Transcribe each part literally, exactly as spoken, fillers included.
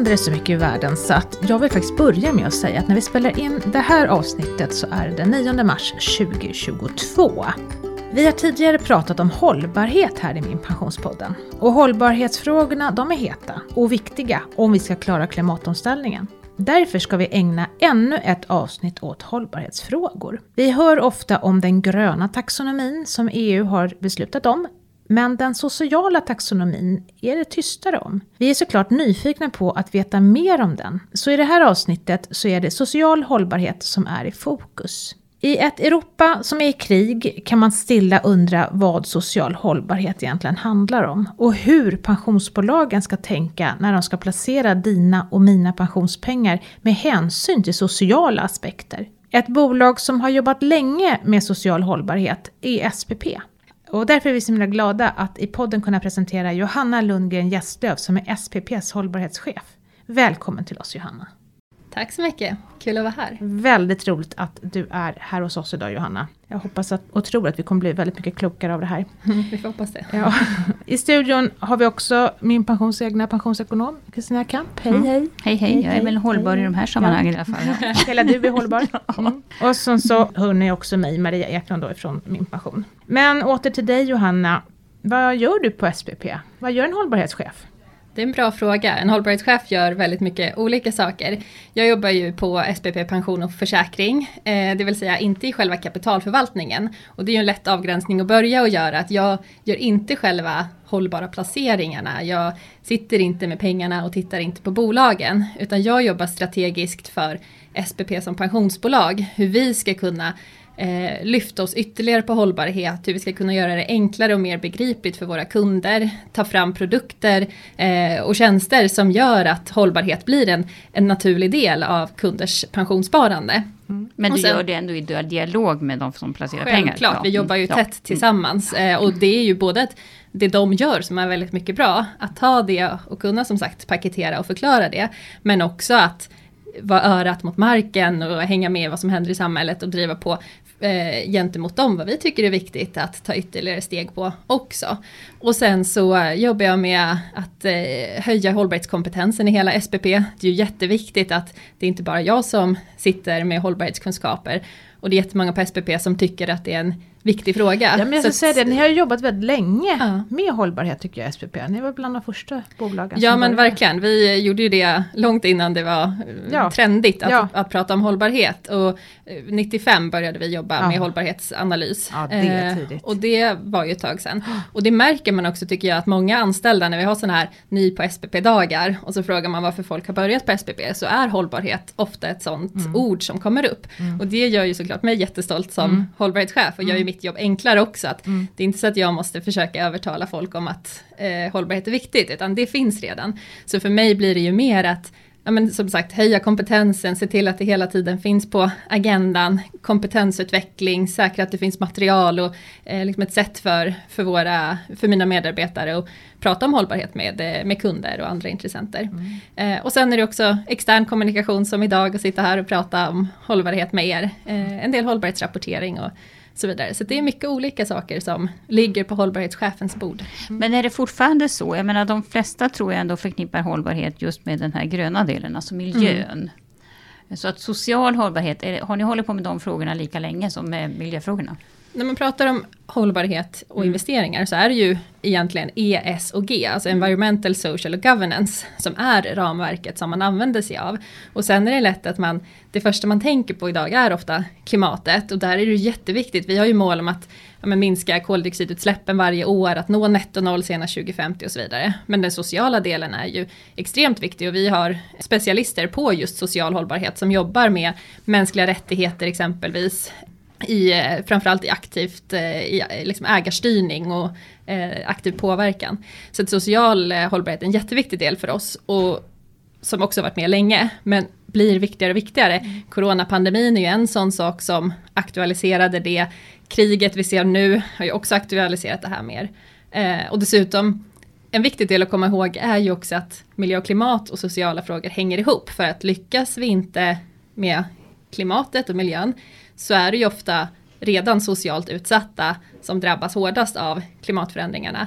händer det så mycket i världen så att jag vill faktiskt börja med att säga att när vi spelar in det här avsnittet så är det den nionde mars tjugohundratjugotvå. Vi har tidigare pratat om hållbarhet här i Min Pensionspodden. Och hållbarhetsfrågorna, de är heta och viktiga om vi ska klara klimatomställningen. Därför ska vi ägna ännu ett avsnitt åt hållbarhetsfrågor. Vi hör ofta om den gröna taxonomin som E U har beslutat om. Men den sociala taxonomin är det tystare om. Vi är såklart nyfikna på att veta mer om den. Så i det här avsnittet så är det social hållbarhet som är i fokus. I ett Europa som är i krig kan man stilla undra vad social hållbarhet egentligen handlar om. Och hur pensionsbolagen ska tänka när de ska placera dina och mina pensionspengar med hänsyn till sociala aspekter. Ett bolag som har jobbat länge med social hållbarhet är S P P. Och därför är vi så glada att i podden kunna presentera Johanna Lundgren Gästlöv som är S P P:s hållbarhetschef. Välkommen till oss, Johanna. Tack så mycket. Kul att vara här. Väldigt roligt att du är här hos oss idag, Johanna. Jag hoppas att, och tror att vi kommer bli väldigt mycket klokare av det här. Mm, vi får hoppas det. Ja. I studion har vi också min pensions egna pensionsekonom, Kristina Kamp. Hej, mm. hej. Hej, hej. Jag är väl hållbar hej. I de här sammanhangen ja. I alla fall. Hela du är hållbar. Mm. Och så, så hör ni också mig, Maria Eklund då, ifrån Min Pension. Men åter till dig, Johanna. Vad gör du på S P P? Vad gör en hållbarhetschef? Det är en bra fråga. En hållbarhetschef gör väldigt mycket olika saker. Jag jobbar ju på S P P Pension och Försäkring. Eh, det vill säga inte i själva kapitalförvaltningen. Och det är ju en lätt avgränsning att börja och göra. Att jag gör inte själva hållbara placeringarna. Jag sitter inte med pengarna och tittar inte på bolagen. Utan jag jobbar strategiskt för S P P som pensionsbolag. Hur vi ska kunna Eh, lyfta oss ytterligare på hållbarhet, hur vi ska kunna göra det enklare och mer begripligt för våra kunder, ta fram produkter eh, och tjänster som gör att hållbarhet blir en, en naturlig del av kunders pensionssparande. Mm. Men du sen, gör det ändå i dialog med de som placerar självklart, pengar? Självklart, vi jobbar ju ja. tätt tillsammans eh, och det är ju både att det de gör som är väldigt mycket bra, att ta det och kunna som sagt paketera och förklara det, men också att vara örat mot marken och hänga med vad som händer i samhället och driva på eh, gentemot dem vad vi tycker är viktigt att ta ytterligare steg på också. Och sen så jobbar jag med att eh, höja hållbarhetskompetensen i hela S P P. Det är ju jätteviktigt att det är inte bara jag som sitter med hållbarhetskunskaper och det är jättemånga på S P P som tycker att det är en viktig fråga. Ja, men jag ska så säga det, ni har jobbat väldigt länge ja. med hållbarhet tycker jag S P P. Ni var bland de första bolagen. Ja men började. Verkligen, vi gjorde ju det långt innan det var ja. trendigt att, ja. att prata om hållbarhet. Och nittiofem började vi jobba ja. med hållbarhetsanalys. Ja, det är tidigt. Eh, och det var ju ett tag sedan. Och det märker man också tycker jag att många anställda när vi har sådana här ny på S P P-dagar och så frågar man varför folk har börjat på S P P så är hållbarhet ofta ett sånt mm. ord som kommer upp. Mm. Och det gör ju såklart mig jättestolt som mm. hållbarhetschef och gör ju mitt jobb enklare också. Att mm. det är inte så att jag måste försöka övertala folk om att eh, hållbarhet är viktigt utan det finns redan. Så för mig blir det ju mer att ja, men som sagt, höja kompetensen, se till att det hela tiden finns på agendan, kompetensutveckling, säkra att det finns material och eh, liksom ett sätt för, för, våra, för mina medarbetare att prata om hållbarhet med, med kunder och andra intressenter. Mm. Eh, och sen är det också extern kommunikation som idag att sitta här och prata om hållbarhet med er. Eh, en del hållbarhetsrapportering och så vidare. Så det är mycket olika saker som ligger på hållbarhetschefens bord. Mm. Men är det fortfarande så? Jag menar de flesta tror jag ändå förknippar hållbarhet just med den här gröna delen, alltså miljön. Mm. Så att social hållbarhet, är, har ni hållit på med de frågorna lika länge som med miljöfrågorna? När man pratar om hållbarhet och mm. investeringar så är det ju egentligen E S och G, alltså Environmental, Social och Governance som är ramverket som man använder sig av. Och sen är det lätt att man, det första man tänker på idag är ofta klimatet och där är det jätteviktigt. Vi har ju mål om att ja, men minska koldioxidutsläppen varje år, att nå netto noll senast tjugo femtio och så vidare. Men den sociala delen är ju extremt viktig och vi har specialister på just social hållbarhet som jobbar med mänskliga rättigheter exempelvis. I, framförallt i aktivt i, liksom ägarstyrning och eh, aktiv påverkan. Så att social eh, hållbarhet är en jätteviktig del för oss och som också varit med länge men blir viktigare och viktigare. Mm. Coronapandemin är ju en sån sak som aktualiserade det. Kriget vi ser nu har ju också aktualiserat det här mer. Eh, och dessutom en viktig del att komma ihåg är ju också att miljö och klimat och sociala frågor hänger ihop. För att lyckas vi inte med klimatet och miljön så är det ju ofta redan socialt utsatta som drabbas hårdast av klimatförändringarna.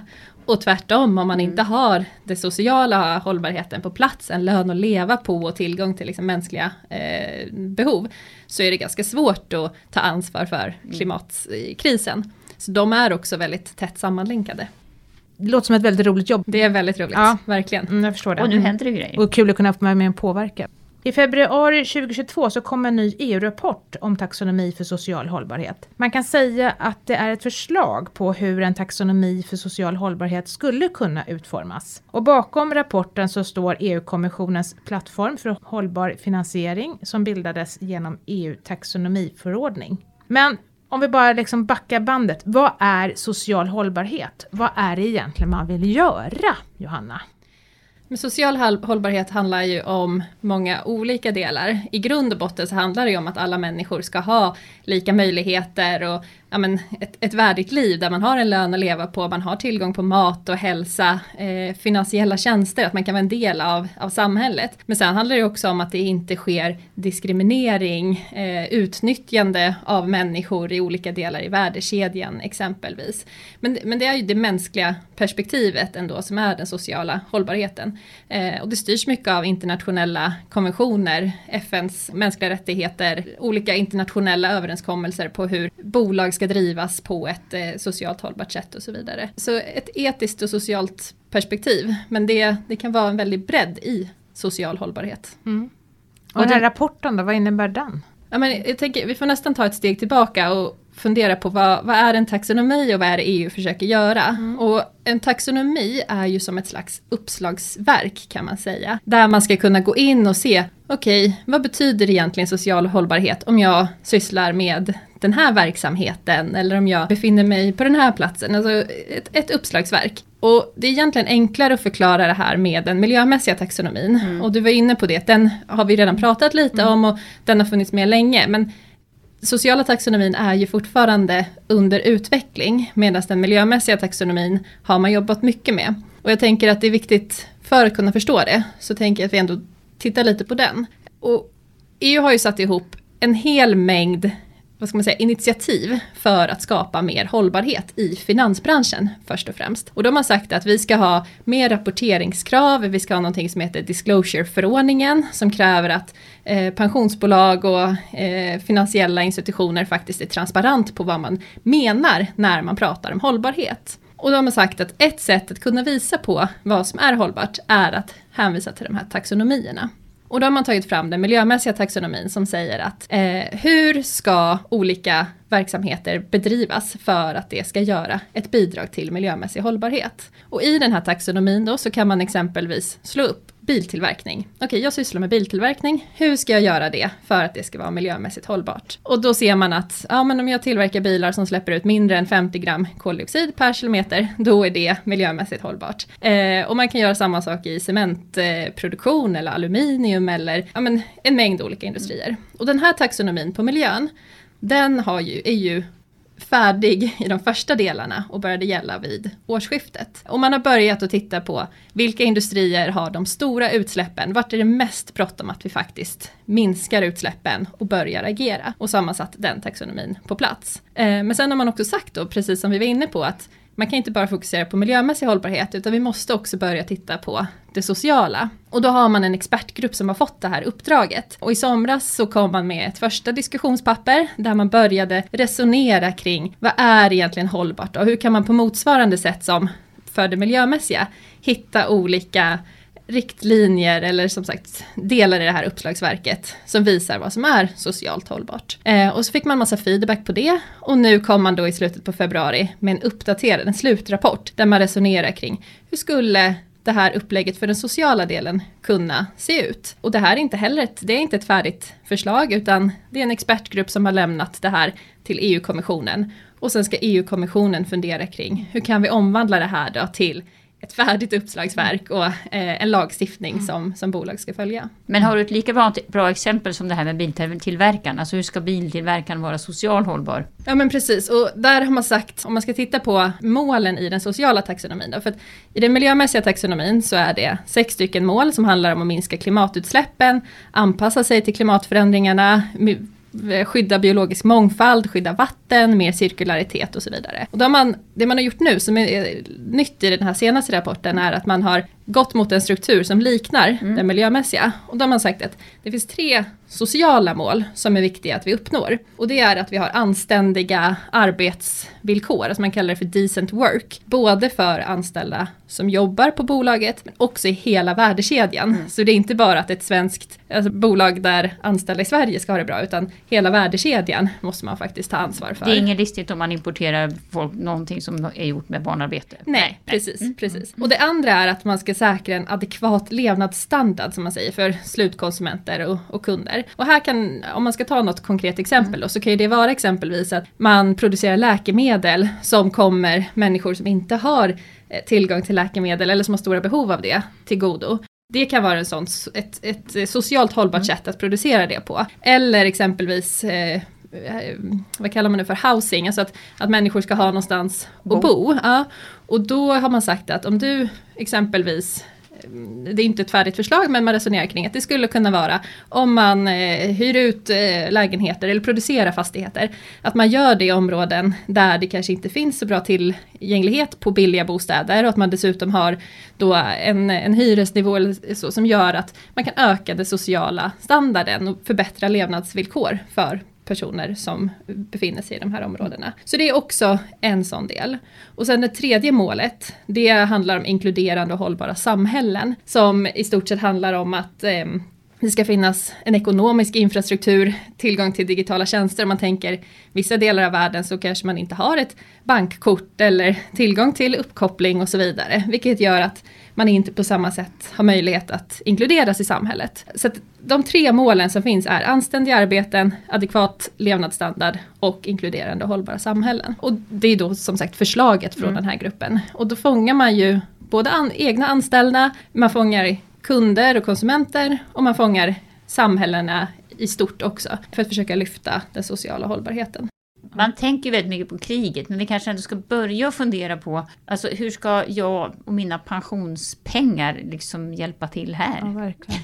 Och tvärtom, om man inte har det sociala hållbarheten på plats, en lön att leva på och tillgång till liksom mänskliga eh, behov, så är det ganska svårt att ta ansvar för klimatkrisen. Så de är också väldigt tätt sammanlänkade. Det låter som ett väldigt roligt jobb. Det är väldigt roligt, ja. Verkligen. Mm, jag förstår det. Och nu händer det grejer. Och kul att kunna få vara med och påverka. I februari tjugohundratjugotvå så kom en ny E U-rapport om taxonomi för social hållbarhet. Man kan säga att det är ett förslag på hur en taxonomi för social hållbarhet skulle kunna utformas. Och bakom rapporten så står E U-kommissionens plattform för hållbar finansiering som bildades genom E U-taxonomiförordning. Men om vi bara liksom backar bandet, vad är social hållbarhet? Vad är det egentligen man vill göra, Johanna? Men social hållbarhet handlar ju om många olika delar. I grund och botten så handlar det ju om att alla människor ska ha lika möjligheter och ja, men ett, ett värdigt liv där man har en lön att leva på, man har tillgång på mat och hälsa, eh, finansiella tjänster, att man kan vara en del av, av samhället. Men sen handlar det också om att det inte sker diskriminering, eh, utnyttjande av människor i olika delar i värdekedjan exempelvis. Men, men det är ju det mänskliga perspektivet ändå som är den sociala hållbarheten. Eh, och det styrs mycket av internationella konventioner, F N:s mänskliga rättigheter, olika internationella överenskommelser på hur bolag ska drivas på ett eh, socialt hållbart sätt och så vidare. Så ett etiskt och socialt perspektiv, men det, det kan vara en väldig bredd i social hållbarhet. Mm. Och, och den här rapporten då, vad innebär den? Ja, men jag tänker, vi får nästan ta ett steg tillbaka och fundera på vad, vad är en taxonomi och vad är det E U försöker göra. Mm. Och en taxonomi är ju som ett slags uppslagsverk kan man säga. Där man ska kunna gå in och se, okej, okay, vad betyder egentligen social hållbarhet om jag sysslar med den här verksamheten eller om jag befinner mig på den här platsen. Alltså ett, ett uppslagsverk. Och det är egentligen enklare att förklara det här med den miljömässiga taxonomin. Mm. Och du var inne på det, den har vi redan pratat lite mm. om och den har funnits med länge. Men sociala taxonomin är ju fortfarande under utveckling, medan den miljömässiga taxonomin har man jobbat mycket med. Och jag tänker att det är viktigt för att kunna förstå det, så tänker jag att vi ändå tittar lite på den. Och E U har ju satt ihop en hel mängd, vad ska man säga, initiativ för att skapa mer hållbarhet i finansbranschen först och främst. Och de har sagt att vi ska ha mer rapporteringskrav, vi ska ha någonting som heter disclosure-förordningen som kräver att eh, pensionsbolag och eh, finansiella institutioner faktiskt är transparent på vad man menar när man pratar om hållbarhet. Och de har sagt att ett sätt att kunna visa på vad som är hållbart är att hänvisa till de här taxonomierna. Och då har man tagit fram den miljömässiga taxonomin som säger att eh, hur ska olika verksamheter bedrivas för att det ska göra ett bidrag till miljömässig hållbarhet. Och i den här taxonomin då så kan man exempelvis slå upp biltillverkning. Okej, okay, jag sysslar med biltillverkning. Hur ska jag göra det för att det ska vara miljömässigt hållbart? Och då ser man att ja, men om jag tillverkar bilar som släpper ut mindre än femtio gram koldioxid per kilometer, då är det miljömässigt hållbart. Eh, och man kan göra samma sak i cementproduktion eh, eller aluminium eller ja, men en mängd olika industrier. Och den här taxonomin på miljön, den har ju, är ju färdig i de första delarna och började gälla vid årsskiftet. Och man har börjat att titta på vilka industrier har de stora utsläppen. Vart är det mest bråttom att vi faktiskt minskar utsläppen och börjar agera. Och sammansatt den taxonomin på plats. Eh, men sen har man också sagt då, precis som vi var inne på, att man kan inte bara fokusera på miljömässig hållbarhet utan vi måste också börja titta på det sociala. Och då har man en expertgrupp som har fått det här uppdraget. Och i somras så kom man med ett första diskussionspapper där man började resonera kring vad är egentligen hållbart och hur kan man på motsvarande sätt som för det miljömässiga hitta olika riktlinjer eller som sagt delar i det här uppslagsverket som visar vad som är socialt hållbart. Eh, och så fick man massa feedback på det och nu kom man då i slutet på februari med en uppdaterad, en slutrapport där man resonerar kring hur skulle det här upplägget för den sociala delen kunna se ut. Och det här är inte heller ett, det är inte ett färdigt förslag utan det är en expertgrupp som har lämnat det här till E U-kommissionen. Och sen ska E U-kommissionen fundera kring hur kan vi omvandla det här då till ett färdigt uppslagsverk och eh, en lagstiftning mm. som, som bolag ska följa. Men har du ett lika bra, bra exempel som det här med biltillverkaren? Alltså hur ska biltillverkaren vara social hållbar? Ja men precis, och där har man sagt, om man ska titta på målen i den sociala taxonomin då, för att i den miljömässiga taxonomin så är det sex stycken mål som handlar om att minska klimatutsläppen, anpassa sig till klimatförändringarna, skydda biologisk mångfald, skydda vatten, mer cirkularitet och så vidare. Och då har man, det man har gjort nu som är nytt i den här senaste rapporten är att man har gått mot en struktur som liknar mm. den miljömässiga. Och då har man sagt att det finns tre sociala mål som är viktiga att vi uppnår. Och det är att vi har anständiga arbetsvillkor, alltså man kallar det för decent work. Både för anställda som jobbar på bolaget men också i hela värdekedjan. Mm. Så det är inte bara att ett svenskt alltså bolag där anställda i Sverige ska ha det bra, utan hela värdekedjan måste man faktiskt ta ansvar för. Det är inget listigt om man importerar folk, någonting som är gjort med barnarbete. Nej, Nej. precis. Mm. precis. Och det andra är att man ska säkra en adekvat levnadsstandard som man säger för slutkonsumenter och, och kunder. Och här kan, om man ska ta något konkret exempel då, så kan ju det vara exempelvis att man producerar läkemedel som kommer människor som inte har tillgång till läkemedel eller som har stora behov av det till godo. Det kan vara en sån, ett, ett socialt hållbart mm. sätt att producera det på. Eller exempelvis, eh, vad kallar man det för, housing. Alltså att, att människor ska ha någonstans att bo. Ja. Och då har man sagt att om du exempelvis, det är inte ett färdigt förslag men man resonerar kring att det skulle kunna vara om man eh, hyr ut eh, lägenheter eller producerar fastigheter. Att man gör det i områden där det kanske inte finns så bra tillgänglighet på billiga bostäder och att man dessutom har då en, en hyresnivå eller så, som gör att man kan öka den sociala standarden och förbättra levnadsvillkor för personer som befinner sig i de här områdena. Så det är också en sån del. Och sen det tredje målet, det handlar om inkluderande och hållbara samhällen. Som i stort sett handlar om att eh, det ska finnas en ekonomisk infrastruktur, tillgång till digitala tjänster. Om man tänker vissa delar av världen så kanske man inte har ett bankkort eller tillgång till uppkoppling och så vidare. Vilket gör att man inte på samma sätt har möjlighet att inkluderas i samhället. Så att de tre målen som finns är anständiga arbeten, adekvat levnadsstandard och inkluderande och hållbara samhällen. Och det är då som sagt förslaget från mm. den här gruppen. Och då fångar man ju både an- egna anställda, man fångar kunder och konsumenter och man fångar samhällena i stort också för att försöka lyfta den sociala hållbarheten. Man tänker väldigt mycket på kriget, men vi kanske ändå ska börja fundera på alltså, hur ska jag och mina pensionspengar liksom hjälpa till här? Ja, verkligen.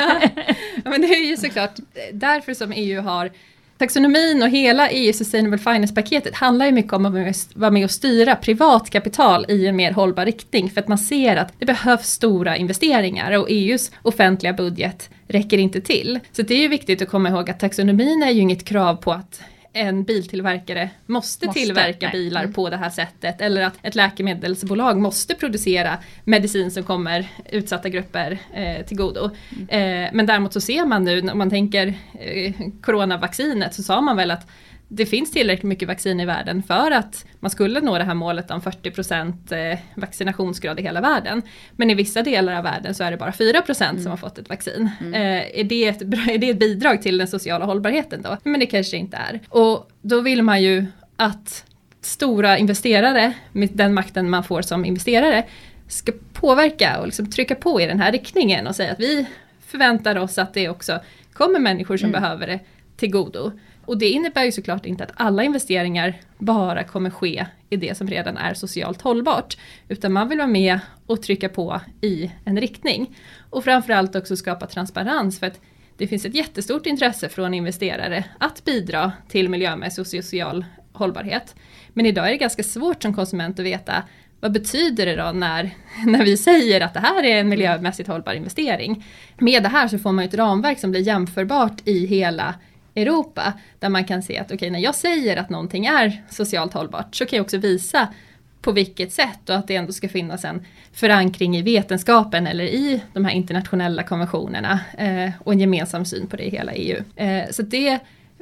Ja, men det är ju såklart därför som E U har taxonomin och hela E U Sustainable Finance-paketet handlar ju mycket om att vara med och styra privat kapital i en mer hållbar riktning. För att man ser att det behövs stora investeringar och E U:s offentliga budget räcker inte till. Så det är ju viktigt att komma ihåg att taxonomin är ju inget krav på att en biltillverkare måste, måste tillverka nej. bilar mm. på det här sättet. Eller att ett läkemedelsbolag måste producera medicin som kommer utsatta grupper eh, till godo. Mm. Eh, men däremot så ser man nu, om man tänker eh, coronavaccinet, så sa man väl att det finns tillräckligt mycket vaccin i världen för att man skulle nå det här målet om fyrtio procent vaccinationsgrad i hela världen. Men i vissa delar av världen så är det bara fyra procent mm. som har fått ett vaccin. Mm. Eh, är, det ett, är det ett bidrag till den sociala hållbarheten då? Men det kanske inte är. Och då vill man ju att stora investerare, med den makten man får som investerare, ska påverka och liksom trycka på i den här riktningen och säga att vi förväntar oss att det också kommer människor som mm. behöver det till godo. Och det innebär ju såklart inte att alla investeringar bara kommer ske i det som redan är socialt hållbart. Utan man vill vara med och trycka på i en riktning. Och framförallt också skapa transparens, för att det finns ett jättestort intresse från investerare att bidra till miljömässig och social hållbarhet. Men idag är det ganska svårt som konsument att veta vad betyder det då när, när vi säger att det här är en miljömässigt hållbar investering. Med det här så får man ett ramverk som blir jämförbart i hela Europa, där man kan se att okej, okay, när jag säger att någonting är socialt hållbart så kan jag också visa på vilket sätt, och att det ändå ska finnas en förankring i vetenskapen eller i de här internationella konventionerna eh, och en gemensam syn på det i hela E U. Eh, så det,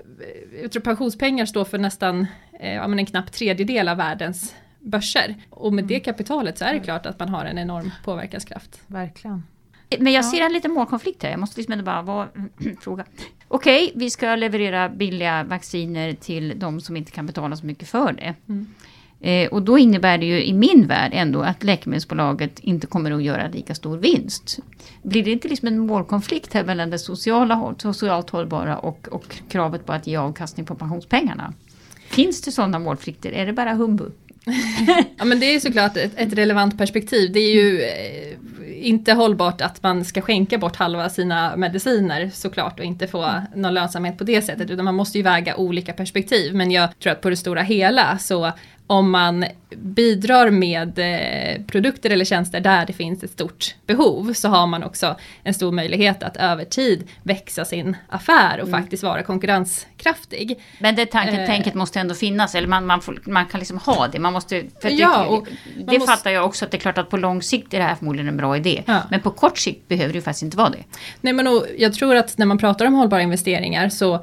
jag tror pensionspengar står för nästan eh, ja, men en knapp tredjedel av världens börser, och med det kapitalet så är det klart att man har en enorm påverkanskraft. Verkligen. Men jag ser en liten målkonflikt här. Jag måste liksom bara vara, fråga. Okej, okay, vi ska leverera billiga vacciner till de som inte kan betala så mycket för det. Mm. Eh, och då innebär det ju i min värld ändå att läkemedelsbolaget inte kommer att göra lika stor vinst. Blir det inte liksom en målkonflikt här mellan det sociala, socialt hållbara och, och kravet på att ge avkastning på pensionspengarna? Finns det sådana målkonflikter? Är det bara humbug? Ja, men det är såklart ett, ett relevant perspektiv. Det är ju inte hållbart att man ska skänka bort halva sina mediciner såklart och inte få mm. någon lönsamhet på det sättet, utan man måste ju väga olika perspektiv. Men jag tror att på det stora hela, så om man bidrar med eh, produkter eller tjänster där det finns ett stort behov, så har man också en stor möjlighet att över tid växa sin affär och mm. faktiskt vara konkurrenskraftig. Men det tanket, eh, tänket måste ändå finnas, eller man, man, får, man kan liksom ha det. Man måste, för ja, det och det måste, fattar jag också, att det är klart att på lång sikt är det här förmodligen en bra idé. Ja. Men på kort sikt behöver det ju faktiskt inte vara det. Nej, men och, jag tror att när man pratar om hållbara investeringar, så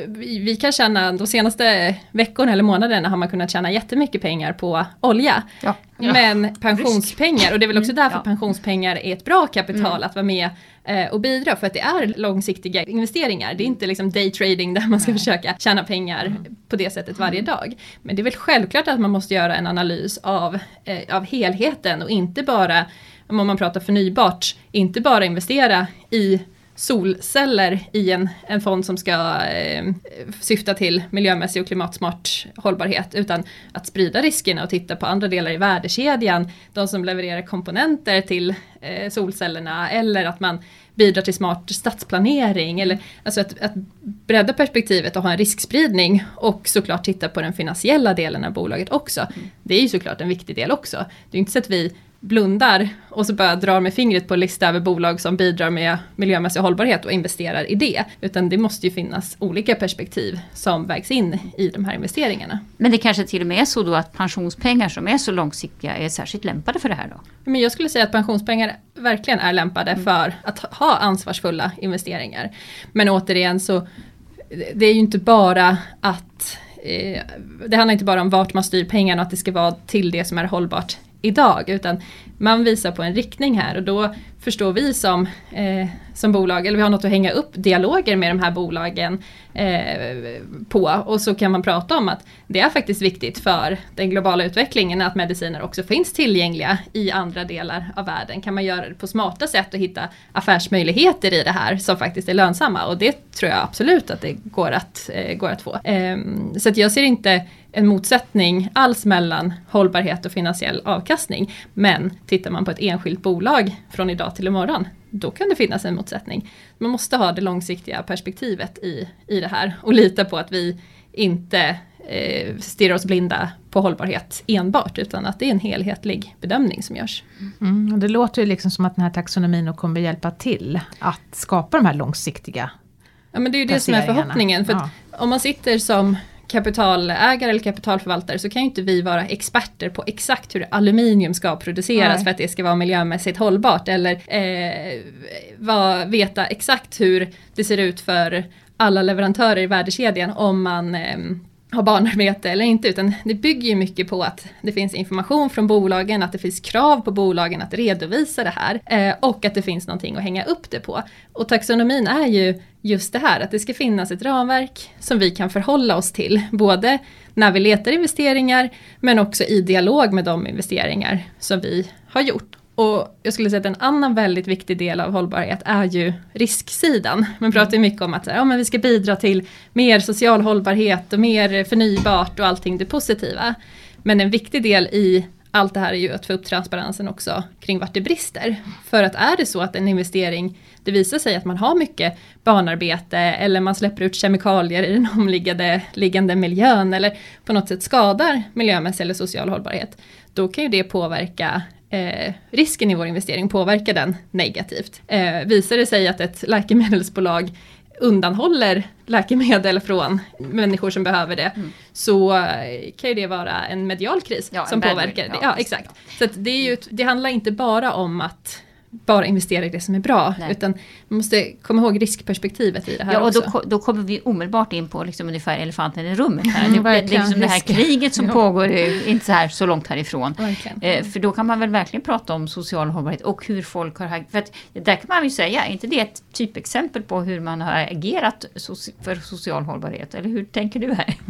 vi kan tjäna, de senaste veckorna eller månaderna har man kunnat tjäna jättemycket pengar på olja. Ja. Ja. Men pensionspengar, och det är väl också därför ja. pensionspengar är ett bra kapital mm. att vara med eh, och bidra, för att det är långsiktiga investeringar. Det är inte liksom daytrading där man ska Nej. försöka tjäna pengar mm. på det sättet varje dag. Men det är väl självklart att man måste göra en analys av, eh, av helheten, och inte bara, om man pratar förnybart, inte bara investera i solceller i en, en fond som ska eh, syfta till miljömässig och klimatsmart hållbarhet, utan att sprida riskerna och titta på andra delar i värdekedjan, de som levererar komponenter till eh, solcellerna, eller att man bidrar till smart stadsplanering, eller alltså att, att bredda perspektivet och ha en riskspridning, och såklart titta på den finansiella delen av bolaget också. Mm. Det är ju såklart en viktig del också. Det är inte så att vi blundar och så bara drar med fingret på en lista över bolag som bidrar med miljömässig hållbarhet och investerar i det. Utan det måste ju finnas olika perspektiv som vägs in i de här investeringarna. Men det kanske till och med är så då att pensionspengar som är så långsiktiga är särskilt lämpade för det här då? Men jag skulle säga att pensionspengar verkligen är lämpade mm. för att ha ansvarsfulla investeringar. Men återigen, så det är ju inte bara att eh, det handlar inte bara om vart man styr pengarna och att det ska vara till det som är hållbart idag, utan man visar på en riktning här, och då förstår vi som, eh, som bolag, eller vi har något att hänga upp dialoger med de här bolagen eh, på, och så kan man prata om att det är faktiskt viktigt för den globala utvecklingen att mediciner också finns tillgängliga i andra delar av världen. Kan man göra det på smarta sätt och hitta affärsmöjligheter i det här som faktiskt är lönsamma, och det tror jag absolut att det går att, eh, går att få. Eh, så att jag ser inte en motsättning alls mellan hållbarhet och finansiell avkastning. Men tittar man på ett enskilt bolag från idag till imorgon, då kan det finnas en motsättning. Man måste ha det långsiktiga perspektivet i, i det här och lita på att vi inte eh, stirrar oss blinda på hållbarhet enbart, utan att det är en helhetlig bedömning som görs. Mm, och det låter ju liksom som att den här taxonomin kommer hjälpa till att skapa de här långsiktiga. Ja, men det är ju det som är förhoppningen. För ja. att om man sitter som kapitalägare eller kapitalförvaltare, så kan ju inte vi vara experter på exakt hur aluminium ska produceras Nej. för att det ska vara miljömässigt hållbart, eller eh, var, veta exakt hur det ser ut för alla leverantörer i värdekedjan om man eh, har barnarbete eller inte, utan det bygger ju mycket på att det finns information från bolagen, att det finns krav på bolagen att redovisa det här eh, och att det finns någonting att hänga upp det på. Och taxonomin är ju just det här, att det ska finnas ett ramverk som vi kan förhålla oss till, både när vi letar investeringar men också i dialog med de investeringar som vi har gjort. Och jag skulle säga att en annan väldigt viktig del av hållbarhet är ju risksidan. Man pratar ju mycket om att ja, men vi ska bidra till mer social hållbarhet och mer förnybart och allting det positiva. Men en viktig del i allt det här är ju att få upp transparensen också kring vart det brister. För att är det så att en investering, det visar sig att man har mycket barnarbete eller man släpper ut kemikalier i den omliggande liggande miljön eller på något sätt skadar miljömässig eller social hållbarhet, då kan ju det påverka Eh, risken i vår investering, påverkar den negativt. Eh, visar det sig att ett läkemedelsbolag undanhåller läkemedel från människor som behöver det, mm. så kan ju det vara en medial kris ja, som påverkar det. Ja, exakt. Så att det, är ju, det handlar inte bara om att bara investera i det som är bra, Nej. utan man måste komma ihåg riskperspektivet i det här ja, och också. Då, då kommer vi omedelbart in på liksom ungefär elefanten i rummet här. Mm, det, det, det, liksom det här kriget som ja. pågår är inte så här så långt härifrån. Eh, för då kan man väl verkligen prata om social hållbarhet och hur folk har, för att där kan man ju säga, är inte det ett typexempel på hur man har agerat för social hållbarhet, eller hur tänker du här?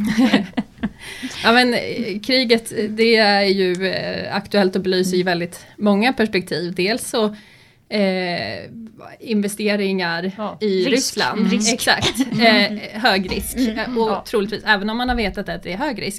Ja, men kriget, det är ju eh, aktuellt och belyser i väldigt många perspektiv. Dels så eh, investeringar ja, i risk. Ryssland. Risk. Exakt. Eh, hög risk. Mm. Och ja. troligtvis, även om man har vetat att det är hög risk,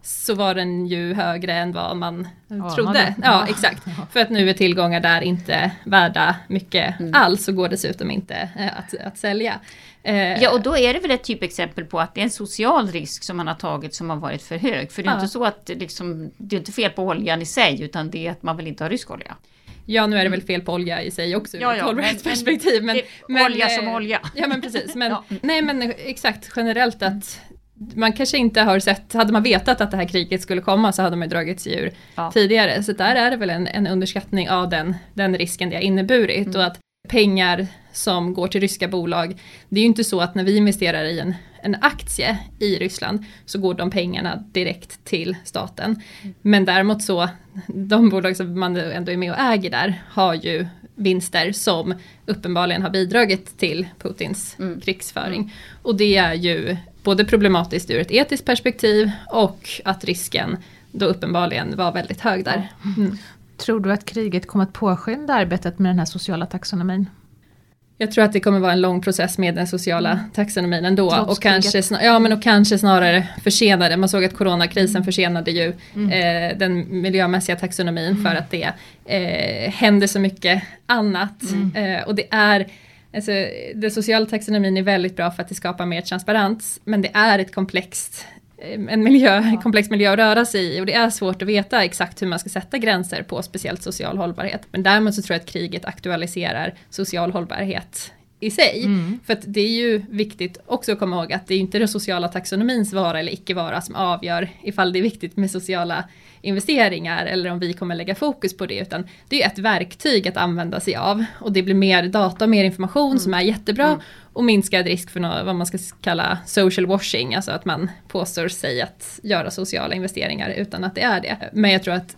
så var den ju högre än vad man ja, trodde. Man, ja, exakt. Ja. För att nu är tillgångar där inte värda mycket mm. alls och går dessutom inte eh, att, att sälja. Eh, ja, och då är det väl ett typexempel på att det är en social risk som man har tagit som har varit för hög. För det är ja. inte så att liksom, det är inte fel på oljan i sig, utan det är att man vill inte ha rysk olja. Ja, nu är det väl fel på olja i sig också. Ja, ja, men, perspektiv, men, men olja som olja. Ja, men precis. Men, ja. Nej, men exakt generellt att man kanske inte har sett, hade man vetat att det här kriget skulle komma så hade man dragit sig ur ja. tidigare. Så där är det väl en, en underskattning av den, den risken det har inneburit. Mm. Och att pengar som går till ryska bolag, det är ju inte så att när vi investerar i en, en aktie i Ryssland så går de pengarna direkt till staten. Mm. Men däremot så, de bolag som man ändå är med och äger där har ju vinster som uppenbarligen har bidragit till Putins mm. krigsföring. Mm. Och det är ju både problematiskt ur ett etiskt perspektiv och att risken då uppenbarligen var väldigt hög där. Mm. Tror du att kriget kommer att påskynda arbetet med den här sociala taxonomin? Jag tror att det kommer vara en lång process med den sociala mm. taxonomin ändå. Och kanske, snar- ja, men och kanske snarare försenade. Man såg att coronakrisen mm. försenade ju mm. eh, den miljömässiga taxonomin mm. för att det eh, händer så mycket annat. Mm. Eh, och det är... Alltså, den sociala taxonomin är väldigt bra för att det skapar mer transparens, men det är ett komplext, en miljö, ja. komplex miljö att röra sig i och det är svårt att veta exakt hur man ska sätta gränser på speciellt social hållbarhet. Men däremot så tror jag att kriget aktualiserar social hållbarhet i sig. Mm. För att det är ju viktigt också att komma ihåg att det är inte den sociala taxonomins vara eller icke vara som avgör ifall det är viktigt med sociala investeringar eller om vi kommer lägga fokus på det, utan det är ett verktyg att använda sig av och det blir mer data och mer information mm. som är jättebra mm. och minskad risk för något, vad man ska kalla social washing, alltså att man påstår sig att göra sociala investeringar utan att det är det. Men jag tror att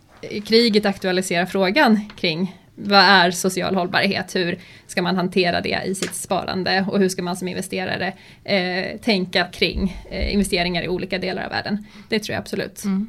kriget aktualiserar frågan kring vad är social hållbarhet, hur ska man hantera det i sitt sparande och hur ska man som investerare eh, tänka kring eh, investeringar i olika delar av världen. Det tror jag absolut. Mm.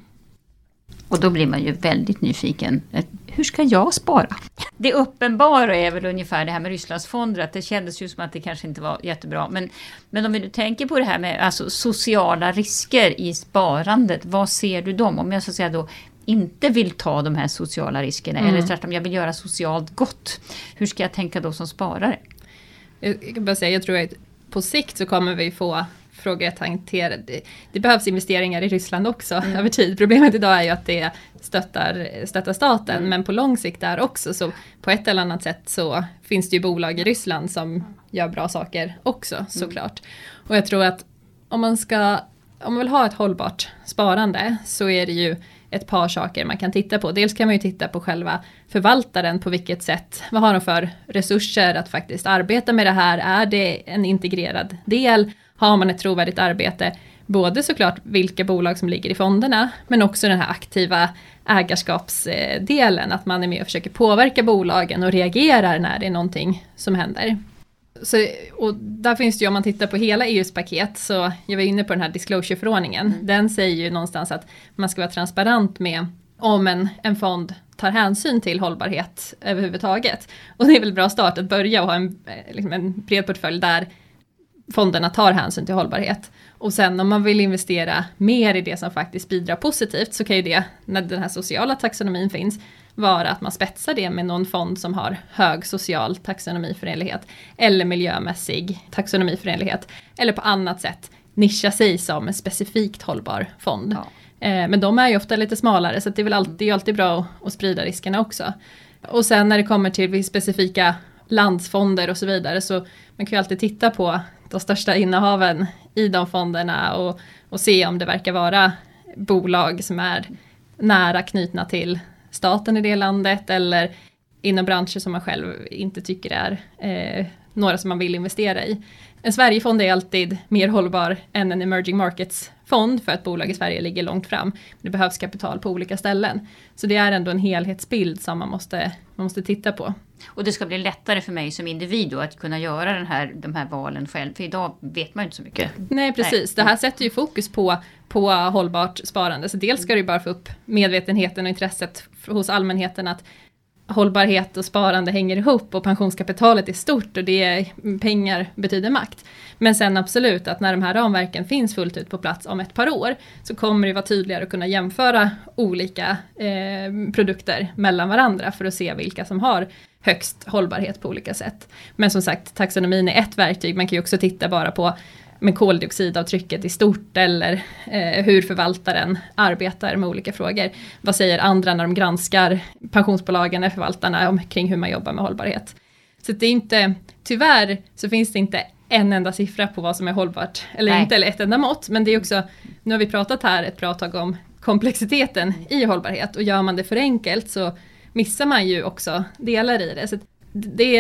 Och då blir man ju väldigt nyfiken. Hur ska jag spara? Det uppenbara är väl ungefär det här med Rysslandsfonder. Att det kändes ju som att det kanske inte var jättebra. Men, men om vi nu tänker på det här med alltså, sociala risker i sparandet. Vad ser du dem? Om jag så att säga då inte vill ta de här sociala riskerna. Mm. Eller tvärtom, jag vill göra socialt gott. Hur ska jag tänka då som sparare? Jag kan bara säga, jag tror att på sikt så kommer vi få frågor att hantera. Det, det behövs investeringar i Ryssland också mm. över tid. Problemet idag är ju att det stöttar, stöttar staten. Mm. Men på lång sikt där också. Så på ett eller annat sätt så finns det ju bolag i Ryssland som gör bra saker också såklart. Mm. Och jag tror att om man ska, om man vill ha ett hållbart sparande så är det ju ett par saker man kan titta på. Dels kan man ju titta på själva förvaltaren, på vilket sätt, vad har de för resurser att faktiskt arbeta med det här? Är det en integrerad del? Har man ett trovärdigt arbete? Både såklart vilka bolag som ligger i fonderna, men också den här aktiva ägarskapsdelen, att man är med och försöker påverka bolagen och reagerar när det är någonting som händer. Så, och där finns det ju, om man tittar på hela E U:s paket, så jag var inne på den här disclosure-förordningen. Mm. Den säger ju någonstans att man ska vara transparent med om en, en fond tar hänsyn till hållbarhet överhuvudtaget. Och det är väl en bra start att börja och ha en, liksom en bred portfölj där fonderna tar hänsyn till hållbarhet. Och sen om man vill investera mer i det som faktiskt bidrar positivt, så kan ju det, när den här sociala taxonomin finns, vara att man spetsar det med någon fond som har hög social taxonomiförenlighet eller miljömässig taxonomiförenlighet, eller på annat sätt nischa sig som en specifikt hållbar fond. Ja. Eh, men de är ju ofta lite smalare, så det är väl alltid, det är alltid bra att, att sprida riskerna också. Och sen när det kommer till specifika landsfonder och så vidare, så man kan ju alltid titta på de största innehaven i de fonderna och, och se om det verkar vara bolag som är nära knutna till staten i det landet eller inom branscher som man själv inte tycker är eh, några som man vill investera i. En Sverigefond är alltid mer hållbar än en emerging markets-fond för att bolag i Sverige ligger långt fram. Det behövs kapital på olika ställen. Så det är ändå en helhetsbild som man måste, man måste titta på. Och det ska bli lättare för mig som individ då att kunna göra den här, de här valen själv. För idag vet man inte så mycket. Nej, precis. Nej. Det här sätter ju fokus på, på hållbart sparande. Så dels ska det ju bara få upp medvetenheten och intresset hos allmänheten att hållbarhet och sparande hänger ihop och pensionskapitalet är stort och det är, pengar betyder makt. Men sen absolut att när de här ramverken finns fullt ut på plats om ett par år så kommer det vara tydligare att kunna jämföra olika eh, produkter mellan varandra för att se vilka som har högst hållbarhet på olika sätt. Men som sagt, taxonomin är ett verktyg. Man kan ju också titta bara på med koldioxidavtrycket i stort eller eh, hur förvaltaren arbetar med olika frågor. Vad säger andra när de granskar pensionsbolagen eller förvaltarna om, kring hur man jobbar med hållbarhet. Så det är inte, tyvärr så finns det inte en enda siffra på vad som är hållbart eller Nej. inte, eller ett enda mått. Men det är också, nu har vi pratat här ett bra tag om komplexiteten i hållbarhet och gör man det för enkelt så missar man ju också delar i det. Så det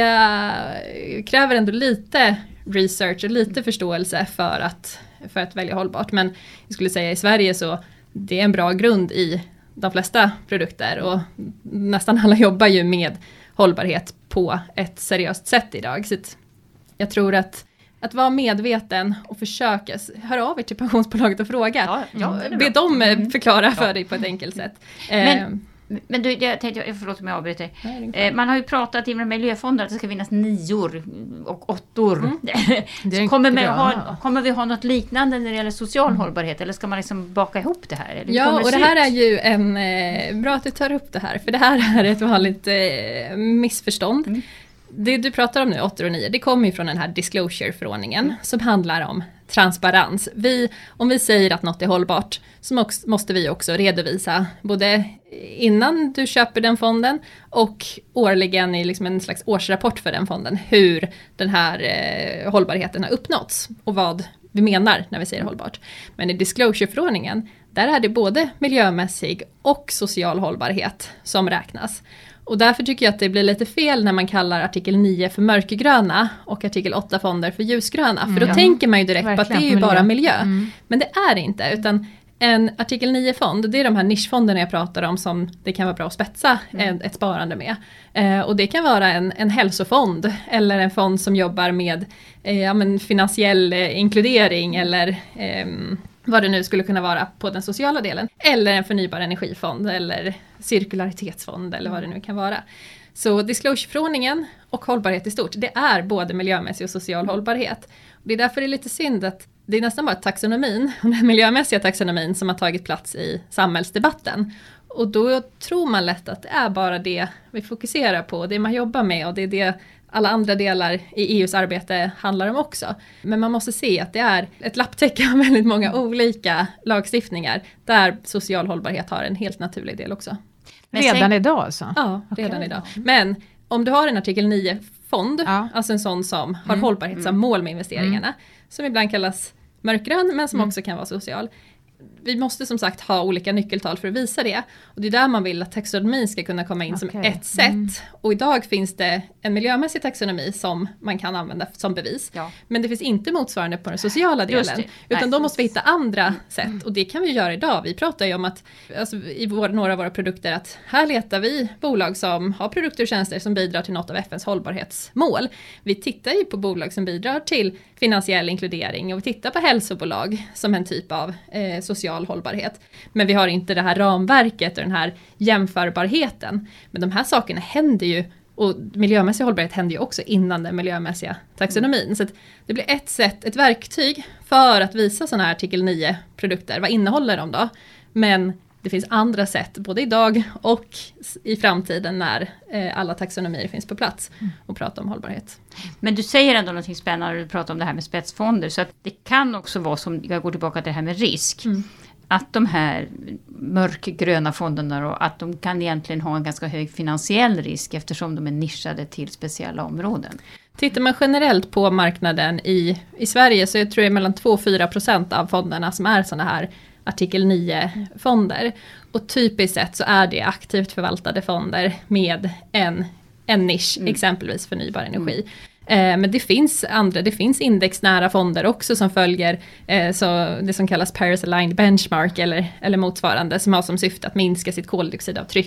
kräver ändå lite research och lite förståelse för att, för att välja hållbart. Men jag skulle säga i Sverige så det är en bra grund i de flesta produkter och nästan alla jobbar ju med hållbarhet på ett seriöst sätt idag. Så jag tror att att vara medveten och försöka höra av er till pensionsbolaget och fråga. Ja, ja, be dem förklara för ja. dig på ett enkelt sätt. Men, men du, jag tänkte, jag förlåt om jag avbryter. Eh, man har ju pratat i de miljöfonder att det ska finnas nior och åttor. Mm. Det kommer, med, ha, kommer vi ha något liknande när det gäller social mm. hållbarhet eller ska man liksom baka ihop det här? Eller ja, det och det här är ju en, eh, bra att du tar upp det här, för det här är ett vanligt eh, missförstånd. Mm. Det du pratar om nu, åtta och nio, det kommer ju från den här disclosure-förordningen mm. som handlar om transparens. Vi, om vi säger att något är hållbart så måste vi också redovisa både innan du köper den fonden och årligen i liksom en slags årsrapport för den fonden hur den här eh, hållbarheten har uppnåtts och vad vi menar när vi säger hållbart. Men i disclosure-förordningen, där är det både miljömässig och social hållbarhet som räknas. Och därför tycker jag att det blir lite fel när man kallar artikel nio för mörkgröna och artikel åtta fonder för ljusgröna. Mm. För då ja. tänker man ju direkt Verkligen, på att det är ju miljö. bara miljö. Mm. Men det är det inte, utan en artikel nio-fond, det är de här nischfonderna jag pratar om som det kan vara bra att spetsa mm. ett sparande med. Eh, och det kan vara en, en hälsofond eller en fond som jobbar med eh, ja, men finansiell eh, inkludering eller eh, vad det nu skulle kunna vara på den sociala delen. Eller en förnybar energifond eller cirkularitetsfond eller vad det nu kan vara. Så disclosure-förordningen och hållbarhet i stort, det är både miljömässig och social hållbarhet. Och det är därför det är lite synd att det är nästan bara taxonomin, den miljömässiga taxonomin som har tagit plats i samhällsdebatten. Och då tror man lätt att det är bara det vi fokuserar på, det man jobbar med och det är det alla andra delar i E U:s arbete handlar om också. Men man måste se att det är ett lapptäcke av väldigt många olika lagstiftningar där social hållbarhet har en helt naturlig del också. Men redan sen, idag alltså? Ja, redan okay. idag. Men om du har en artikel nio-fond, ja. alltså en sån som har mm. hållbarhet som mm. mål med investeringarna, mm. som ibland kallas mörkgrön men som mm. också kan vara social. Vi måste som sagt ha olika nyckeltal för att visa det. Och det är där man vill att taxonomin ska kunna komma in okay. som ett sätt. Mm. Och idag finns det en miljömässig taxonomi som man kan använda som bevis. Ja. Men det finns inte motsvarande på den sociala delen. Utan då måste vi hitta andra mm. sätt. Och det kan vi göra idag. Vi pratar ju om att alltså, i vår, några av våra produkter att här letar vi bolag som har produkter och tjänster som bidrar till något av F N:s hållbarhetsmål. Vi tittar ju på bolag som bidrar till finansiell inkludering och vi tittar på hälsobolag som en typ av eh, social hållbarhet. Men vi har inte det här ramverket och den här jämförbarheten. Men de här sakerna händer ju, och miljömässig hållbarhet händer ju också innan den miljömässiga taxonomin. Mm. Så att det blir ett sätt, ett verktyg för att visa sådana här artikel nio-produkter. Vad innehåller de då? Men det finns andra sätt, både idag och i framtiden när eh, alla taxonomier finns på plats och prata om hållbarhet. Men du säger ändå något spännande när du pratar om det här med spetsfonder. Så att det kan också vara, som jag går tillbaka till det här med risk, mm. att de här mörkgröna fonderna då, att de kan egentligen ha en ganska hög finansiell risk eftersom de är nischade till speciella områden. Tittar man generellt på marknaden i, i Sverige så jag tror jag mellan två och fyra procent av fonderna som är sådana här artikel nio-fonder. Och typiskt sett så är det aktivt förvaltade fonder med en, en nisch, mm. exempelvis förnybar energi. Mm. Eh, men det finns andra, det finns indexnära fonder också som följer eh, så det som kallas Paris Aligned Benchmark eller, eller motsvarande som har som syfte att minska sitt koldioxidavtryck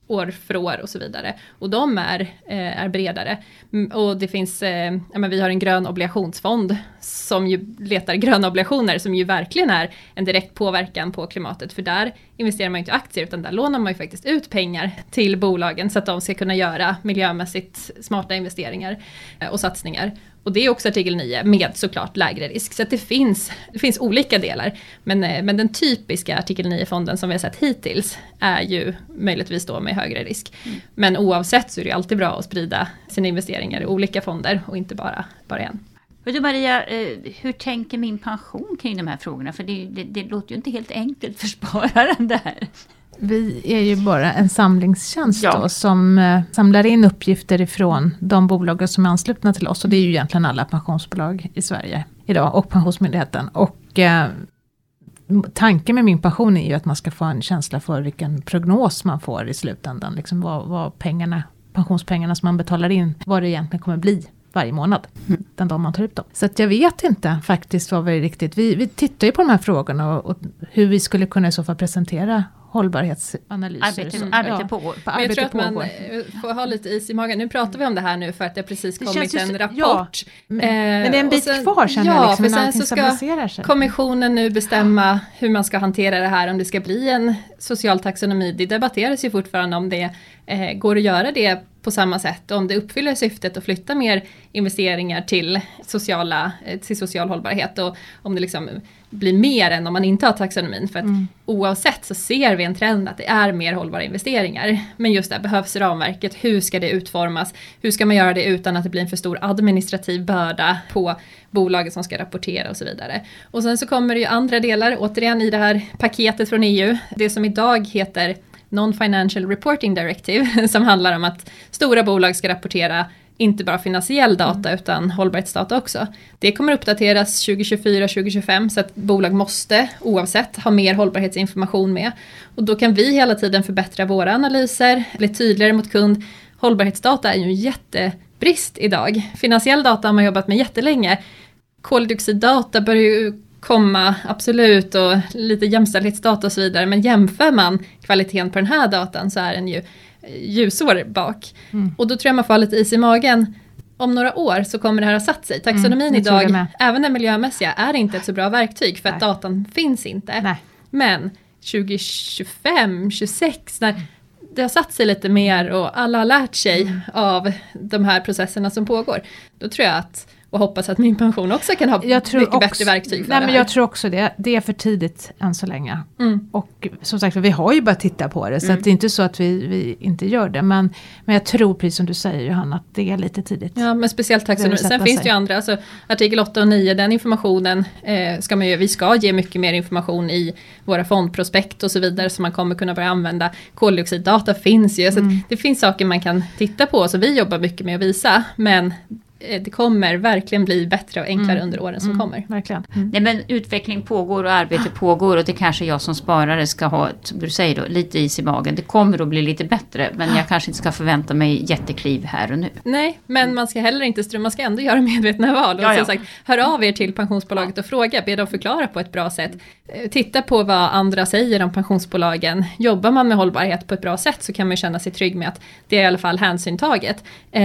år för år och så vidare. Och de är, eh, är bredare. Och det finns, eh, ja, men vi har en grön obligationsfond som ju letar gröna obligationer som ju verkligen är en direkt påverkan på klimatet. För där investerar man inte i aktier utan där lånar man ju faktiskt ut pengar till bolagen så att de ska kunna göra miljömässigt smarta investeringar eh, och satsningar. Och det är också artikel nio med såklart lägre risk. Så att det finns, det finns olika delar. Men, men den typiska artikel nio-fonden som vi har sett hittills är ju möjligtvis då med högre risk. Mm. Men oavsett så är det alltid bra att sprida sina investeringar i olika fonder och inte bara, bara en. Du Maria, hur tänker Min Pension kring de här frågorna? För det, det, det låter ju inte helt enkelt för spararen det här. Vi är ju bara en samlingstjänst ja. då, som eh, samlar in uppgifter ifrån de bolag som är anslutna till oss. Och det är ju egentligen alla pensionsbolag i Sverige idag och Pensionsmyndigheten. Och eh, tanken med Min Pension är ju att man ska få en känsla för vilken prognos man får i slutändan. Liksom vad, vad pengarna, pensionspengarna som man betalar in, vad det egentligen kommer bli varje månad, mm. den dag man tar ut dem. Så att jag vet inte faktiskt vad vi riktigt, vi, vi tittar ju på de här frågorna och, och hur vi skulle kunna i så fall presentera hållbarhetsanalyser. Arbete, som, arbete ja, pågår. Men jag tror att man får ha lite is i magen. Nu pratar vi om det här nu för att det precis det kommit en rapport. Ja, men, eh, men det är en bit sen, kvar sen. Ja, liksom, för sen så ska sig. kommissionen nu bestämma hur man ska hantera det här. Om det ska bli en social taxonomi. Det debatteras ju fortfarande om det eh, går att göra det på samma sätt. Om det uppfyller syftet att flytta mer investeringar till, sociala, till social hållbarhet. Och om det liksom blir mer än om man inte har taxonomin. För att mm. oavsett så ser vi en trend att det är mer hållbara investeringar. Men just det, behövs ramverket. Hur ska det utformas? Hur ska man göra det utan att det blir en för stor administrativ börda på bolaget som ska rapportera och så vidare. Och sen så kommer det ju andra delar återigen i det här paketet från E U. Det som idag heter Non-Financial Reporting Directive som handlar om att stora bolag ska rapportera inte bara finansiell data mm. utan hållbarhetsdata också. Det kommer uppdateras tjugo tjugofyra tjugo tjugofem så att bolag måste oavsett ha mer hållbarhetsinformation med. Och då kan vi hela tiden förbättra våra analyser, bli tydligare mot kund. Hållbarhetsdata är ju en jättebrist idag. Finansiell data har man jobbat med jättelänge. Koldioxiddata börjar ju komma, absolut, och lite jämställdhetsdata och så vidare. Men jämför man kvaliteten på den här datan så är den ju ljusår bak. Mm. Och då tror jag man får lite is i magen. Om några år så kommer det här ha satt sig. Taxonomin mm, idag, även den miljömässiga, är inte ett så bra verktyg för Nej. Att datan finns inte. Nej. Men tjugo tjugofem tjugosex när det har satt sig lite mer och alla har lärt sig mm. av de här processerna som pågår, då tror jag att och hoppas att Min Pension också kan ha jag tror mycket också, bättre verktyg för nej, det men här. Jag tror också det. Det är för tidigt än så länge. Mm. Och som sagt, vi har ju bara tittat på det. Så mm. att det är inte så att vi, vi inte gör det. Men, men jag tror, precis som du säger Johanna, att det är lite tidigt. Ja, men speciellt taxonomi. Sen finns det ju andra. Alltså, artikel åtta och nio, den informationen eh, ska man ju, vi ska ge mycket mer information i våra fondprospekt och så vidare. Så man kommer kunna börja använda. Koldioxiddata finns ju. Så mm. det finns saker man kan titta på. Så vi jobbar mycket med att visa. Men det kommer verkligen bli bättre och enklare mm. under åren som mm. kommer. Verkligen. Mm. Nej, men utveckling pågår och arbete pågår och det kanske jag som sparare ska ha, som du säger då, lite is i magen. Det kommer att bli lite bättre, men jag kanske inte ska förvänta mig jättekliv här och nu. Nej, men man ska heller inte strömma, man ska ändå göra medvetna val. Och ja, ja. Som sagt, hör av er till pensionsbolaget och fråga, be dem förklara på ett bra sätt. Titta på vad andra säger om pensionsbolagen. Jobbar man med hållbarhet på ett bra sätt så kan man känna sig trygg med att det är i alla fall hänsyntaget. Eh,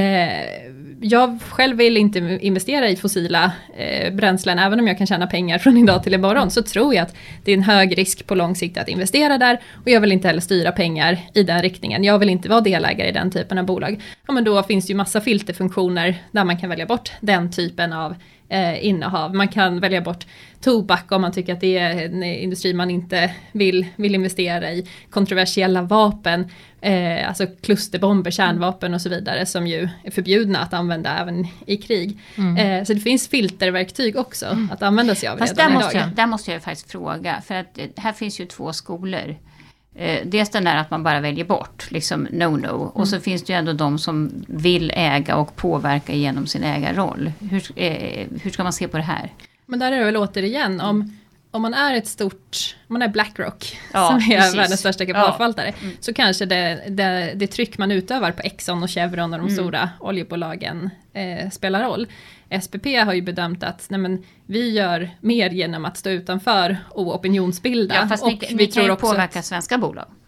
jag själv vill inte investera i fossila eh, bränslen, även om jag kan tjäna pengar från idag till imorgon, så tror jag att det är en hög risk på lång sikt att investera där, och jag vill inte heller styra pengar i den riktningen. Jag vill inte vara delägare i den typen av bolag. Ja, men då finns det ju massa filterfunktioner där man kan välja bort den typen av eh, innehav. Man kan välja bort tobak om man tycker att det är en industri man inte vill, vill investera i. Kontroversiella vapen, eh, alltså klusterbomber, kärnvapen och så vidare, som ju är förbjudna att använda även i krig. Mm. Eh, så det finns filterverktyg också mm. att använda sig av. Fast redan där, måste idag. Jag, där måste jag faktiskt fråga, för att här finns ju två skolor. Eh, dels den där att man bara väljer bort, liksom no-no. Mm. Och så finns det ju ändå de som vill äga och påverka genom sin ägarroll. Hur, eh, hur ska man se på det här? Men där är det väl återigen, om, om man är ett stort, om man är BlackRock, ja, som är precis. världens största kapitalförvaltare, ja. mm. så kanske det, det, det tryck man utövar på Exxon och Chevron och de mm. stora oljebolagen eh, spelar roll. S P P har ju bedömt att nej men, vi gör mer genom att stå utanför och opinionsbilda. Ja, fast och ni, vi ni tror kan ju också påverka att, svenska bolag.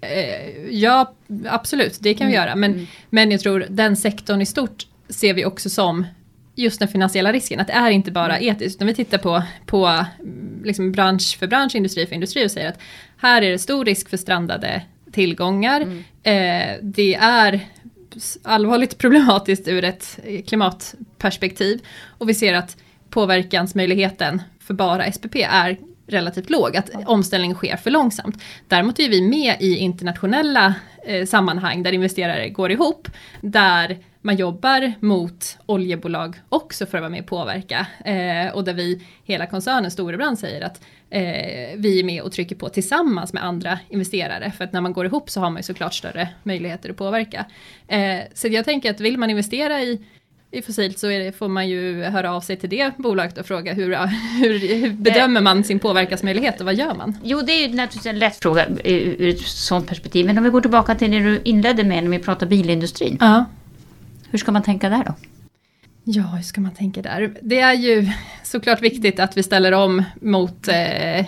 Eh, ja, absolut, det kan vi Mm. göra. Men, Mm. men jag tror den sektorn i stort ser vi också som just den finansiella risken. Att det är inte bara etiskt, utan vi tittar på, på liksom bransch för bransch, industri för industri och säger att här är det stor risk för strandade tillgångar. Mm. Eh, det är allvarligt problematiskt ur ett klimatperspektiv. Och vi ser att påverkansmöjligheten för bara S P P är relativt låg, att omställningen sker för långsamt. Däremot är vi med i internationella eh, sammanhang där investerare går ihop, där man jobbar mot oljebolag också för att vara med och påverka. Eh, och där vi, hela koncernen Storebrand, säger att eh, vi är med och trycker på tillsammans med andra investerare. För att när man går ihop så har man ju såklart större möjligheter att påverka. Eh, så jag tänker att vill man investera i I fossilt så är det, får man ju höra av sig till det bolaget och fråga hur, hur, hur bedömer man sin påverkansmöjlighet och vad gör man? Jo, det är ju naturligtvis en lätt fråga ur ett sådant perspektiv. Men om vi går tillbaka till det du inledde med när vi pratade bilindustrin. Ja. Hur ska man tänka där då? Ja, hur ska man tänka där? Det är ju såklart viktigt att vi ställer om mot eh,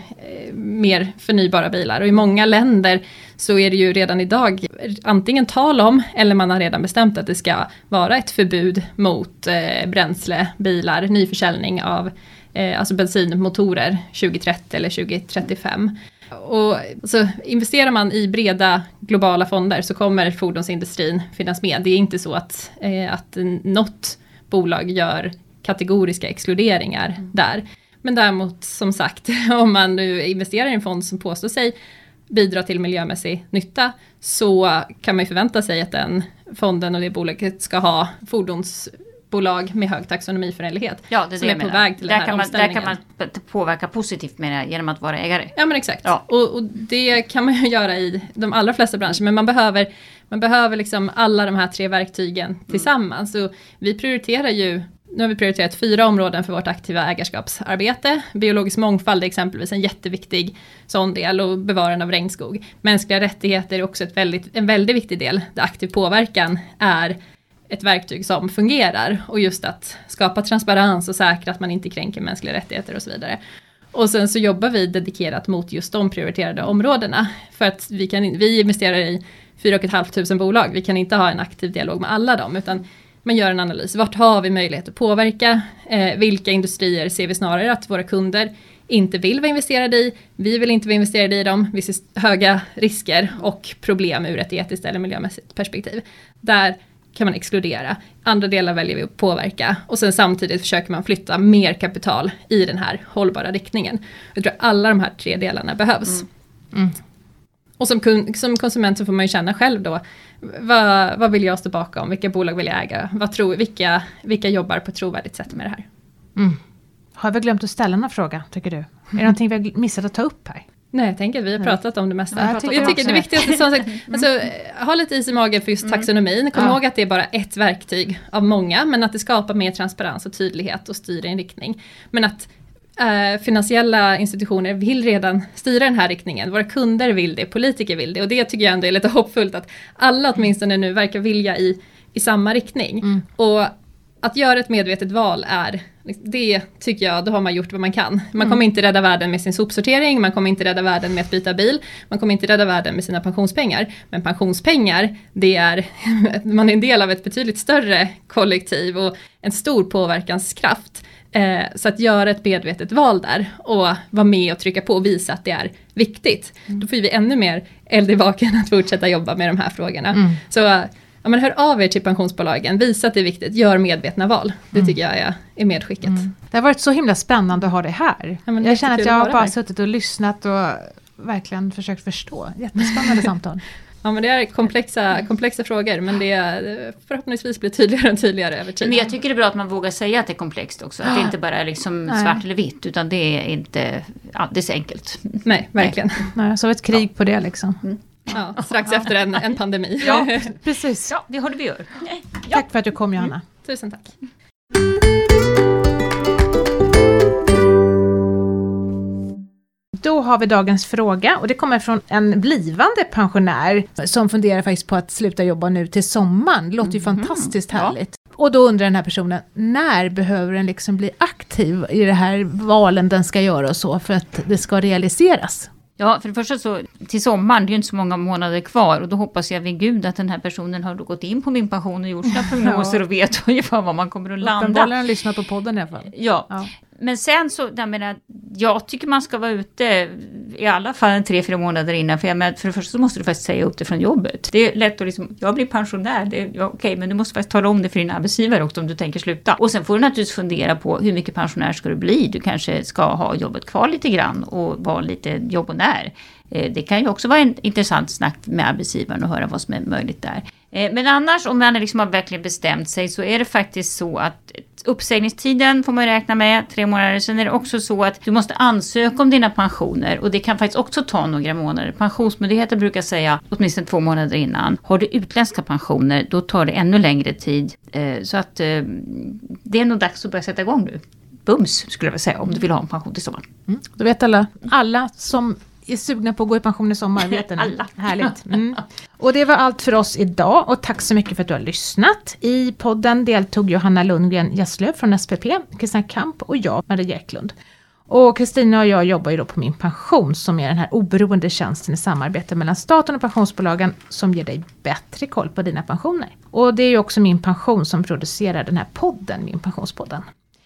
mer förnybara bilar. Och i många länder så är det ju redan idag antingen tal om, eller man har redan bestämt att det ska vara ett förbud mot eh, bränslebilar, nyförsäljning av eh, alltså bensinmotorer tjugo trettio eller tjugo trettiofem. Och så investerar man i breda globala fonder så kommer fordonsindustrin finnas med. Det är inte så att, eh, att något bolag gör kategoriska exkluderingar mm. där. Men däremot, som sagt, om man nu investerar i en fond som påstår sig bidra till miljömässig nytta, så kan man ju förvänta sig att den fonden och det bolaget ska ha fordonsbolag med hög taxonomiförenlighet. Ja, det är som det är på menar. väg till där den här kan man, omställningen. Där kan man påverka positivt med genom att vara ägare. Ja, men exakt. Ja. Och, och det kan man ju göra i de allra flesta branscher. Men man behöver, man behöver liksom alla de här tre verktygen mm. tillsammans. Och vi prioriterar ju, nu har vi prioriterat fyra områden för vårt aktiva ägarskapsarbete. Biologisk mångfald är exempelvis en jätteviktig sån del, och bevarande av regnskog. Mänskliga rättigheter är också ett väldigt, en väldigt viktig del. Där aktiv påverkan är ett verktyg som fungerar, och just att skapa transparens och säkra att man inte kränker mänskliga rättigheter och så vidare. Och sen så jobbar vi dedikerat mot just de prioriterade områdena, för att vi, kan, vi investerar i fyra och ett halvt tusen bolag. Vi kan inte ha en aktiv dialog med alla dem, utan man gör en analys. Vart har vi möjlighet att påverka? Eh, vilka industrier ser vi snarare att våra kunder inte vill vara investerade i? Vi vill inte vara investerade i dem. Vi ser höga risker och problem ur ett etiskt eller miljömässigt perspektiv. Där kan man exkludera. Andra delar väljer vi att påverka. Och sen samtidigt försöker man flytta mer kapital i den här hållbara riktningen. Jag tror att alla de här tre delarna behövs. Mm. Mm. Och som, kun, som konsument så får man ju känna själv då. Vad, vad vill jag stå bakom? Vilka bolag vill jag äga? Vad tror, vilka, vilka jobbar på ett trovärdigt sätt med det här? Mm. Har vi glömt att ställa några fråga, tycker du? Är det någonting vi har missat att ta upp här? Nej, jag tänker att vi har pratat om det mesta. Ja, jag jag tycker, jag tycker det viktigaste är som sagt, alltså, ha lite is i magen för just taxonomin. Kom Ja. ihåg att det är bara ett verktyg av många, men att det skapar mer transparens och tydlighet och styr i en riktning. Men att eh, finansiella institutioner vill redan styra den här riktningen. Våra kunder vill det, politiker vill det. Och det tycker jag ändå är lite hoppfullt, att alla åtminstone nu verkar vilja i, i samma riktning. Mm. Och att göra ett medvetet val är, det tycker jag, då har man gjort vad man kan. Man mm. kommer inte rädda världen med sin sopsortering, man kommer inte rädda världen med att byta bil, man kommer inte rädda världen med sina pensionspengar. Men pensionspengar, det är, man är en del av ett betydligt större kollektiv och en stor påverkanskraft. Eh, så att göra ett medvetet val där och vara med och trycka på och visa att det är viktigt. Mm. Då får vi ännu mer eld i baken att fortsätta jobba med de här frågorna. Mm. Så ja, men hör av er till pensionsbolagen, visa att det är viktigt, gör medvetna val. Det Mm. tycker jag är, är medskicket. Mm. Det har varit så himla spännande att ha det här. Ja, jag känner att jag har bara här. suttit och lyssnat och verkligen försökt förstå. Jättespännande samtal. Ja, men det är komplexa, komplexa frågor, men det är, förhoppningsvis blir tydligare och tydligare över tid. Men jag tycker det är bra att man vågar säga att det är komplext också. Att det inte bara är liksom svart eller vitt, utan det är inte alldeles enkelt. Nej, verkligen. Nej, så ett krig ja. på det liksom. Mm. Ja, strax efter en, en pandemi. Ja, precis. Ja, det håller vi gör. Ja. Tack för att du kom, Johanna. Mm. Tusen tack. Då har vi dagens fråga, och det kommer från en blivande pensionär som funderar faktiskt på att sluta jobba nu till sommaren. Det låter ju mm. fantastiskt härligt. Ja. Och då undrar den här personen, när behöver den liksom bli aktiv i det här valen den ska göra och så för att det ska realiseras? Ja, för det första så till sommaren, det är ju inte så många månader kvar och då hoppas jag vid Gud att den här personen har gått in på min pension och gjort sina prognoser och vet ungefär var man kommer att landa. Uppenbarligen lyssnar på podden i alla fall. Ja. ja. Men sen så, jag menar, jag tycker man ska vara ute i alla fall en tre, fyra månader innan. För, jag menar, för det första så måste du faktiskt säga upp det från jobbet. Det är lätt att liksom, jag blir pensionär, det är, ja, okej, men du måste faktiskt tala om det för din arbetsgivare också om du tänker sluta. Och sen får du naturligtvis fundera på hur mycket pensionär ska du bli. Du kanske ska ha jobbet kvar lite grann och vara lite jobb och när. Det kan ju också vara en intressant snack med arbetsgivaren och höra vad som är möjligt där. Men annars, om man liksom har verkligen bestämt sig så är det faktiskt så att uppsägningstiden får man räkna med, tre månader. Sen är det också så att du måste ansöka om dina pensioner och det kan faktiskt också ta några månader. Pensionsmyndigheten brukar säga åtminstone två månader innan. Har du utländska pensioner, då tar det ännu längre tid. Så att det är nog dags att börja sätta igång nu. Bums skulle jag vilja säga, om du vill ha en pension till sommaren. Mm. Då vet alla, alla som är sugna på att gå i pension i sommar, vet ni? Alla. Härligt. Mm. Och det var allt för oss idag och tack så mycket för att du har lyssnat. I podden deltog Johanna Lundgren Gässlöv från S P P, Kristina Kamp och jag, Maria Eklund. Och Kristina och jag jobbar ju då på Min pension som är den här oberoende tjänsten i samarbete mellan staten och pensionsbolagen som ger dig bättre koll på dina pensioner. Och det är ju också Min pension som producerar den här podden, Min pensionspodden.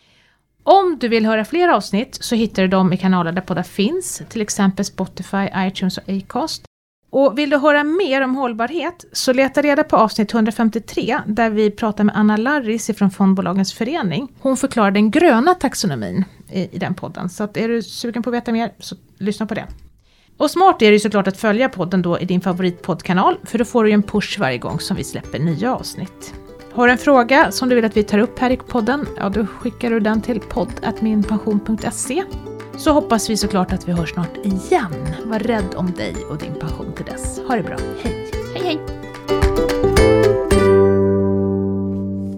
Om du vill höra fler avsnitt så hittar du dem i kanaler där poddar finns, till exempel Spotify, iTunes och Acast. Och vill du höra mer om hållbarhet så leta reda på avsnitt hundrafemtiotre där vi pratar med Anna Larris från Fondbolagens förening. Hon förklarar den gröna taxonomin i, i den podden, så att är du sugen på att veta mer så lyssna på det. Och smart är det ju såklart att följa podden då i din favoritpoddkanal för då får du ju en push varje gång som vi släpper nya avsnitt. Har du en fråga som du vill att vi tar upp här i podden, ja då skickar du den till podd at minpension punkt se. Så hoppas vi såklart att vi hörs snart igen. Var rädd om dig och din pension till dess. Ha det bra. Hej! Hej hej!